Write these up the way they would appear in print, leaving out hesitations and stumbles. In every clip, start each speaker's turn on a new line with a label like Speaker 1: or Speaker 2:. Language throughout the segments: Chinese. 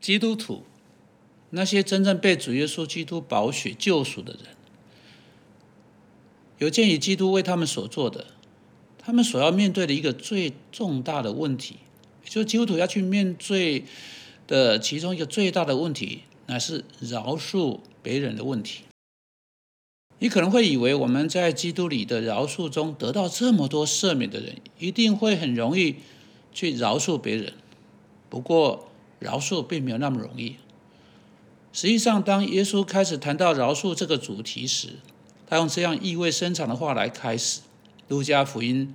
Speaker 1: 基督徒，那些真正被主耶稣基督宝血救赎的人，有鉴于基督为他们所做的，他们所要面对的一个最重大的问题，也就是基督徒要去面对的其中一个最大的问题，乃是饶恕别人的问题。你可能会以为我们在基督里的饶恕中得到这么多赦免的人，一定会很容易去饶恕别人。不过，饶恕并没有那么容易。实际上，当耶稣开始谈到饶恕这个主题时，他用这样意味深长的话来开始。路加福音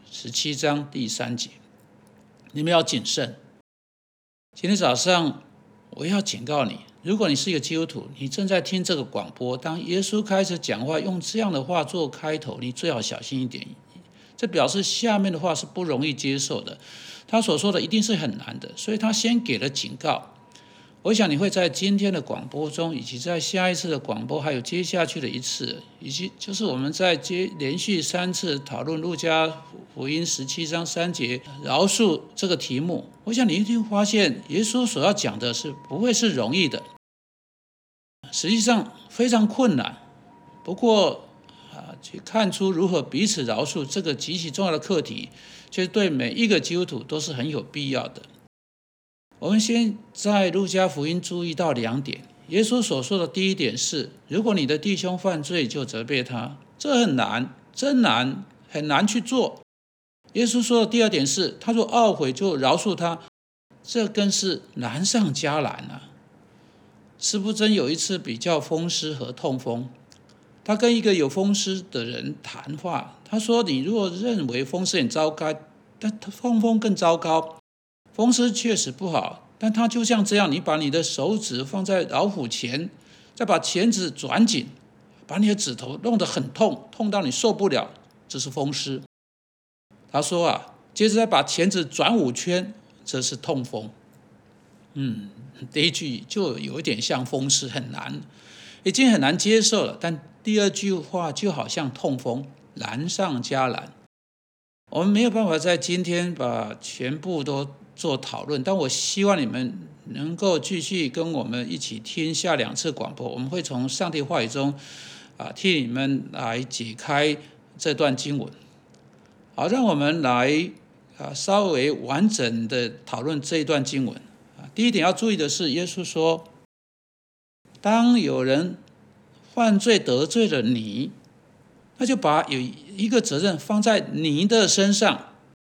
Speaker 1: 17章第3节，你们要谨慎。今天早上我要警告你，如果你是一个基督徒，你正在听这个广播，当耶稣开始讲话，用这样的话做开头，你最好小心一点。这表示下面的话是不容易接受的，他所说的一定是很难的，所以他先给了警告。我想你会在今天的广播中，以及在下一次的广播，还有接下去的一次，以及就是我们在连续3次讨论路加福音17章3节饶恕这个题目，我想你一定发现耶稣所要讲的是不会是容易的，实际上非常困难。不过去看出如何彼此饶恕这个极其重要的课题，却对每一个基督徒都是很有必要的。我们先在路加福音注意到2点。耶稣所说的第一点是，如果你的弟兄犯罪，就责备他，这很难，真难，很难去做。耶稣说的第二点是，他若懊悔就饶恕他，这更是难上加难啊。司布真有一次比较风湿和痛风，他跟一个有风湿的人谈话，他说，你如果认为风湿很糟糕，但痛风更糟糕。风湿确实不好，但它就像这样，你把你的手指放在老虎钳，再把钳子转紧，把你的指头弄得很痛，痛到你受不了，这是风湿。他说接着再把钳子转5圈，这是痛风。第一句就有一点像风湿，很难，已经很难接受了，但第二句话就好像痛风，难上加难。我们没有办法在今天把全部都做讨论，但我希望你们能够继续跟我们一起听下2次广播，我们会从上帝话语中替你们来解开这段经文。好，让我们来稍微完整的讨论这一段经文。第一点要注意的是，耶稣说，当有人犯罪得罪了你，那就把有一个责任放在你的身上。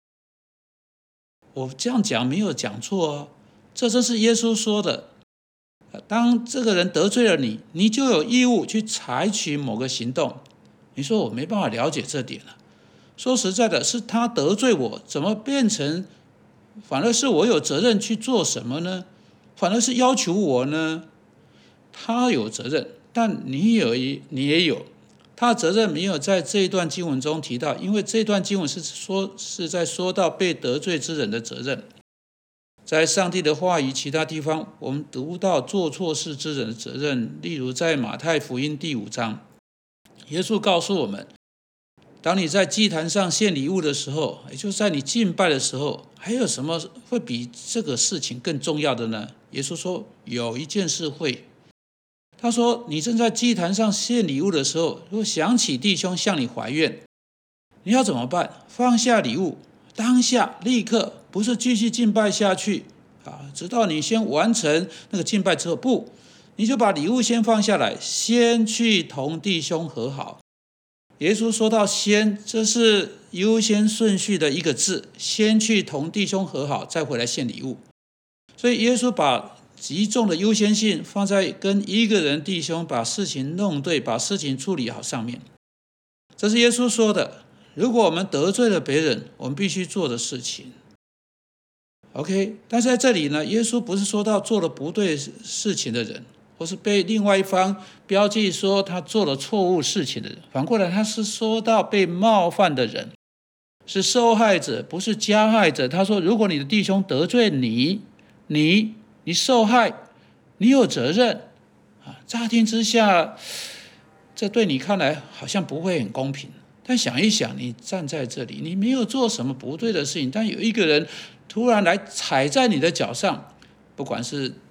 Speaker 1: 我这样讲没有讲错这正是耶稣说的。当这个人得罪了你，你就有义务去采取某个行动。你说我没办法了解这点了。说实在的，是他得罪我，怎么变成反而是我有责任去做什么呢？反而是要求我呢？他有责任，但你也有。他的责任没有在这一段经文中提到，因为这段经文是在说到被得罪之人的责任。在上帝的话语其他地方，我们读到做错事之人的责任，例如在马太福音第5章，耶稣告诉我们，当你在祭坛上献礼物的时候，也就是在你敬拜的时候，还有什么会比这个事情更重要的呢？耶稣说，有一件事会。他说，你正在祭坛上献礼物的时候，如果想起弟兄向你怀怨，你要怎么办？放下礼物，当下立刻，不是继续敬拜下去直到你先完成那个敬拜之后，不，你就把礼物先放下来，先去同弟兄和好。耶稣说到先，这是优先顺序的一个字，先去同弟兄和好，再回来献礼物。所以耶稣把极重的优先性放在跟一个人弟兄把事情弄对，把事情处理好上面。这是耶稣说的，如果我们得罪了别人，我们必须做的事情。OK， 但是在这里呢，耶稣不是说到做了不对事情的人，或是被另外一方标记说他做了错误事情的人，反过来他是说到被冒犯的人，是受害者，不是加害者。他说，如果你的弟兄得罪你受害，你有责任乍听之下，这对你看来好像不会很公平。但想一想，你站在这里，你没有做什么不对的事情，但有一个人突然来踩在你的脚上，不管是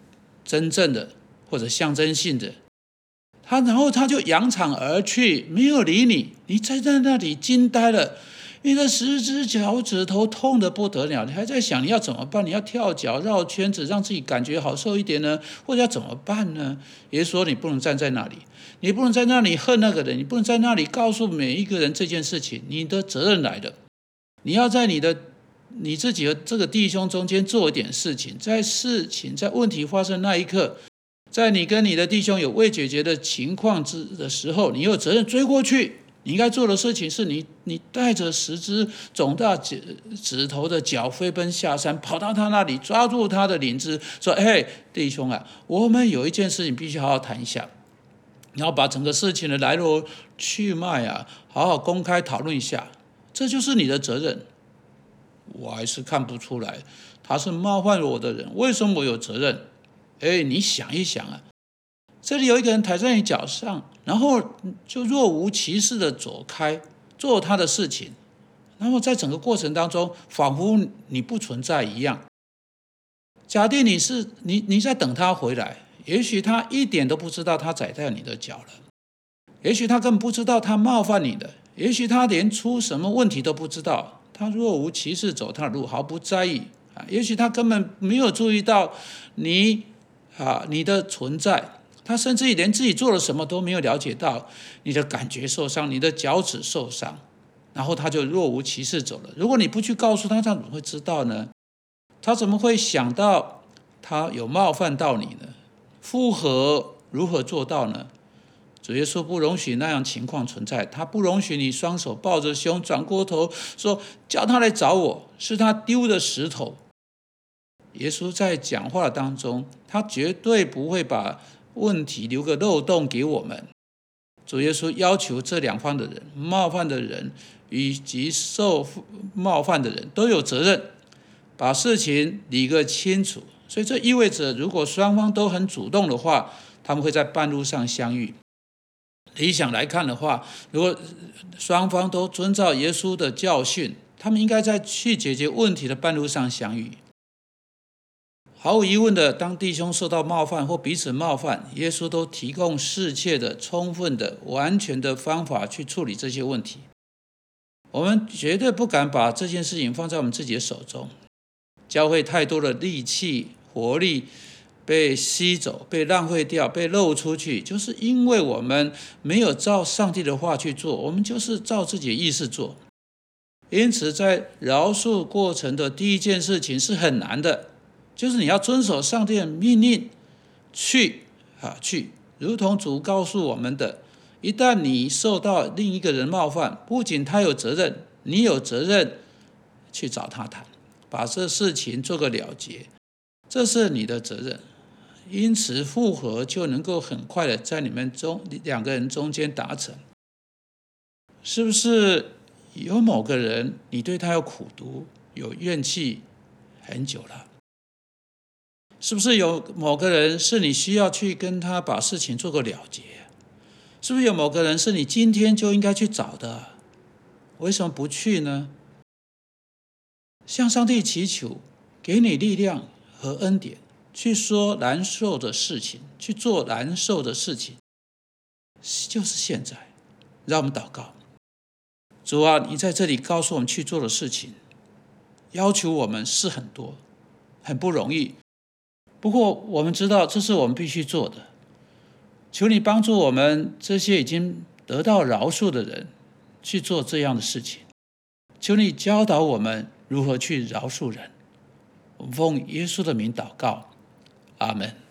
Speaker 1: 真正的或者象征性的，然后他就扬长而去，没有理你，你在那里惊呆了，你的十只脚趾头痛得不得了，你还在想你要怎么办？你要跳脚绕圈子，让自己感觉好受一点呢，或者要怎么办呢？耶稣说你不能站在那里，你不能在那里恨那个人，你不能在那里告诉每一个人这件事情，你的责任来了，你要在你自己和这个弟兄中间做一点事情，在问题发生那一刻，在你跟你的弟兄有未解决的情况的时候，你有责任追过去。你应该做的事情是你带着10只肿大指头的脚飞奔下山，跑到他那里，抓住他的领子，说：“嘿，弟兄啊，我们有一件事情必须好好谈一下，然后把整个事情的来龙去脉啊，好好公开讨论一下，这就是你的责任。”我还是看不出来，他是冒犯我的人，为什么我有责任？你想一想啊，这里有一个人抬在你脚上，然后就若无其事的走开，做他的事情，然后在整个过程当中，仿佛你不存在一样。假定你在等他回来，也许他一点都不知道他踩在你的脚了，也许他根本不知道他冒犯你的，也许他连出什么问题都不知道。他若无其事走他的路，毫不在意也许他根本没有注意到你的存在，他甚至连自己做了什么都没有了解到，你的感觉受伤，你的脚趾受伤，然后他就若无其事走了。如果你不去告诉他，他怎么会知道呢？他怎么会想到他有冒犯到你呢？复合如何做到呢？主耶稣不容许那样情况存在，他不容许你双手抱着胸，转过头说叫他来找我，是他丢的石头。耶稣在讲话当中，他绝对不会把问题留个漏洞给我们。主耶稣要求这两方的人，冒犯的人以及受冒犯的人都有责任，把事情理个清楚。所以这意味着，如果双方都很主动的话，他们会在半路上相遇。理想来看的话，如果双方都遵照耶稣的教训，他们应该在去解决问题的半路上相遇。毫无疑问的，当弟兄受到冒犯或彼此冒犯，耶稣都提供适切的、充分的、完全的方法去处理这些问题。我们绝对不敢把这件事情放在我们自己的手中。教会太多的力气、活力被吸走、被浪费掉、被漏出去，就是因为我们没有照上帝的话去做，我们就是照自己的意思做。因此，在饶恕过程的第一件事情是很难的，就是你要遵守上帝的命令，去，如同主告诉我们的，一旦你受到另一个人冒犯，不仅他有责任，你有责任去找他谈，把这事情做个了结，这是你的责任。因此复合就能够很快的在你们两个人中间达成。是不是有某个人你对他有苦毒有怨气很久了？是不是有某个人是你需要去跟他把事情做个了结？是不是有某个人是你今天就应该去找的？为什么不去呢？向上帝祈求，给你力量和恩典，去说难受的事情，去做难受的事情，就是现在。让我们祷告。主啊，你在这里告诉我们去做的事情，要求我们是很多，很不容易。不过我们知道这是我们必须做的。求你帮助我们这些已经得到饶恕的人去做这样的事情。求你教导我们如何去饶恕人。我们奉耶稣的名祷告，阿们。